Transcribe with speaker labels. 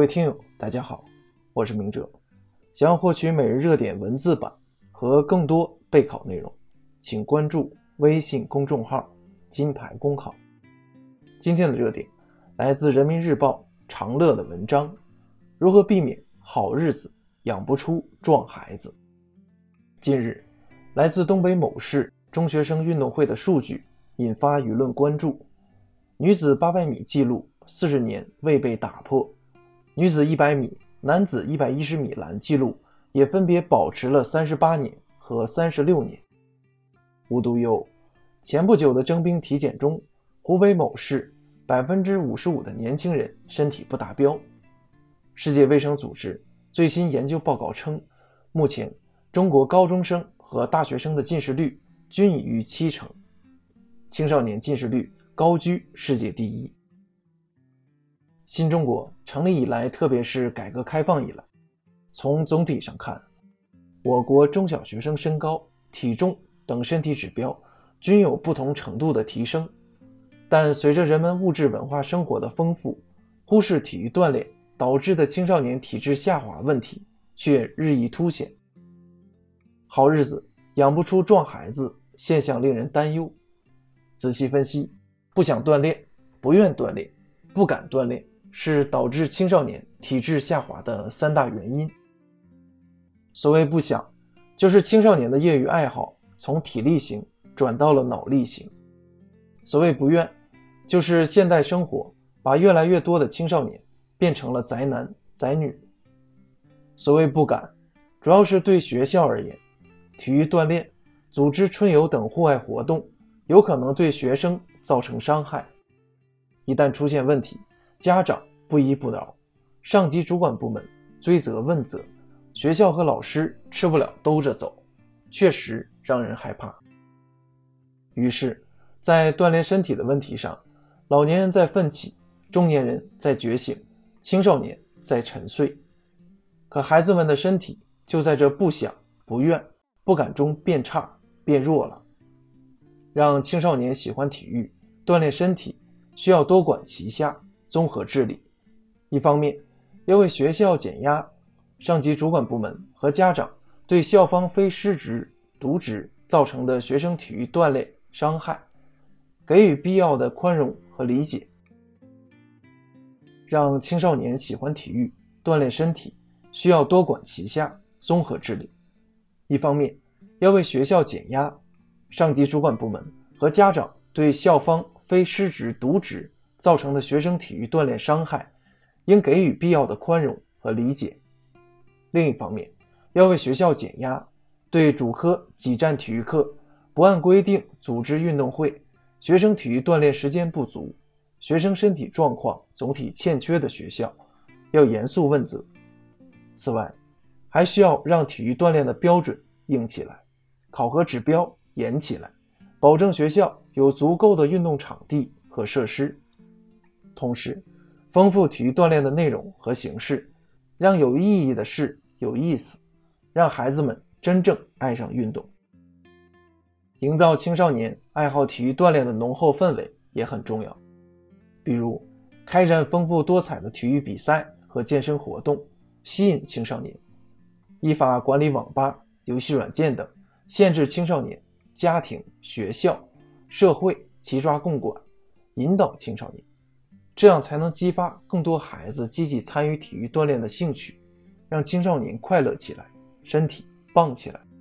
Speaker 1: 位听友大家好，我是明哲。想要获取每日热点文字版和更多备考内容，请关注微信公众号金牌公考。今天的热点来自人民日报长乐的文章，如何避免好日子养不出壮孩子。近日，来自东北某市中学生运动会的数据引发舆论关注，女子800米纪录40年未被打破，女子100米、男子110米栏纪录也分别保持了38年和36年。无独有偶，前不久的征兵体检中，湖北某市 55% 的年轻人身体不达标。世界卫生组织最新研究报告称，目前中国高中生和大学生的近视率均已逾70%，青少年近视率高居世界第一。新中国成立以来，特别是改革开放以来，从总体上看，我国中小学生身高、体重等身体指标均有不同程度的提升，但随着人们物质文化生活的丰富，忽视体育锻炼导致的青少年体质下滑问题却日益凸显。好日子养不出壮孩子现象令人担忧。仔细分析，不想锻炼、不愿锻炼、不敢锻炼是导致青少年体质下滑的3大原因。所谓不想，就是青少年的业余爱好从体力型转到了脑力型。所谓不愿，就是现代生活把越来越多的青少年变成了宅男宅女。所谓不敢，主要是对学校而言，体育锻炼、组织春游等户外活动有可能对学生造成伤害。一旦出现问题，家长不依不饶，上级主管部门追责问责，学校和老师吃不了兜着走，确实让人害怕。于是，在锻炼身体的问题上，老年人在奋起，中年人在觉醒，青少年在沉睡。可孩子们的身体就在这不想、不愿、不敢中变差、变弱了。让青少年喜欢体育、锻炼身体，需要多管齐下，综合治理。一方面，要为学校减压，上级主管部门和家长对校方非失职、渎职造成的学生体育锻炼伤害，给予必要的宽容和理解。让青少年喜欢体育、锻炼身体，需要多管齐下，综合治理。一方面，要为学校减压，上级主管部门和家长对校方非失职、渎职造成的学生体育锻炼伤害，应给予必要的宽容和理解。另一方面，要为学校减压，对主科挤占体育课、不按规定组织运动会、学生体育锻炼时间不足、学生身体状况总体欠缺的学校，要严肃问责。此外，还需要让体育锻炼的标准硬起来，考核指标严起来，保证学校有足够的运动场地和设施。同时，丰富体育锻炼的内容和形式，让有意义的事有意思，让孩子们真正爱上运动。营造青少年爱好体育锻炼的浓厚氛围也很重要，比如开展丰富多彩的体育比赛和健身活动，吸引青少年；依法管理网吧、游戏软件等，限制青少年、家庭、学校、社会齐抓共管，引导青少年，这样才能激发更多孩子积极参与体育锻炼的兴趣，让青少年快乐起来，身体棒起来。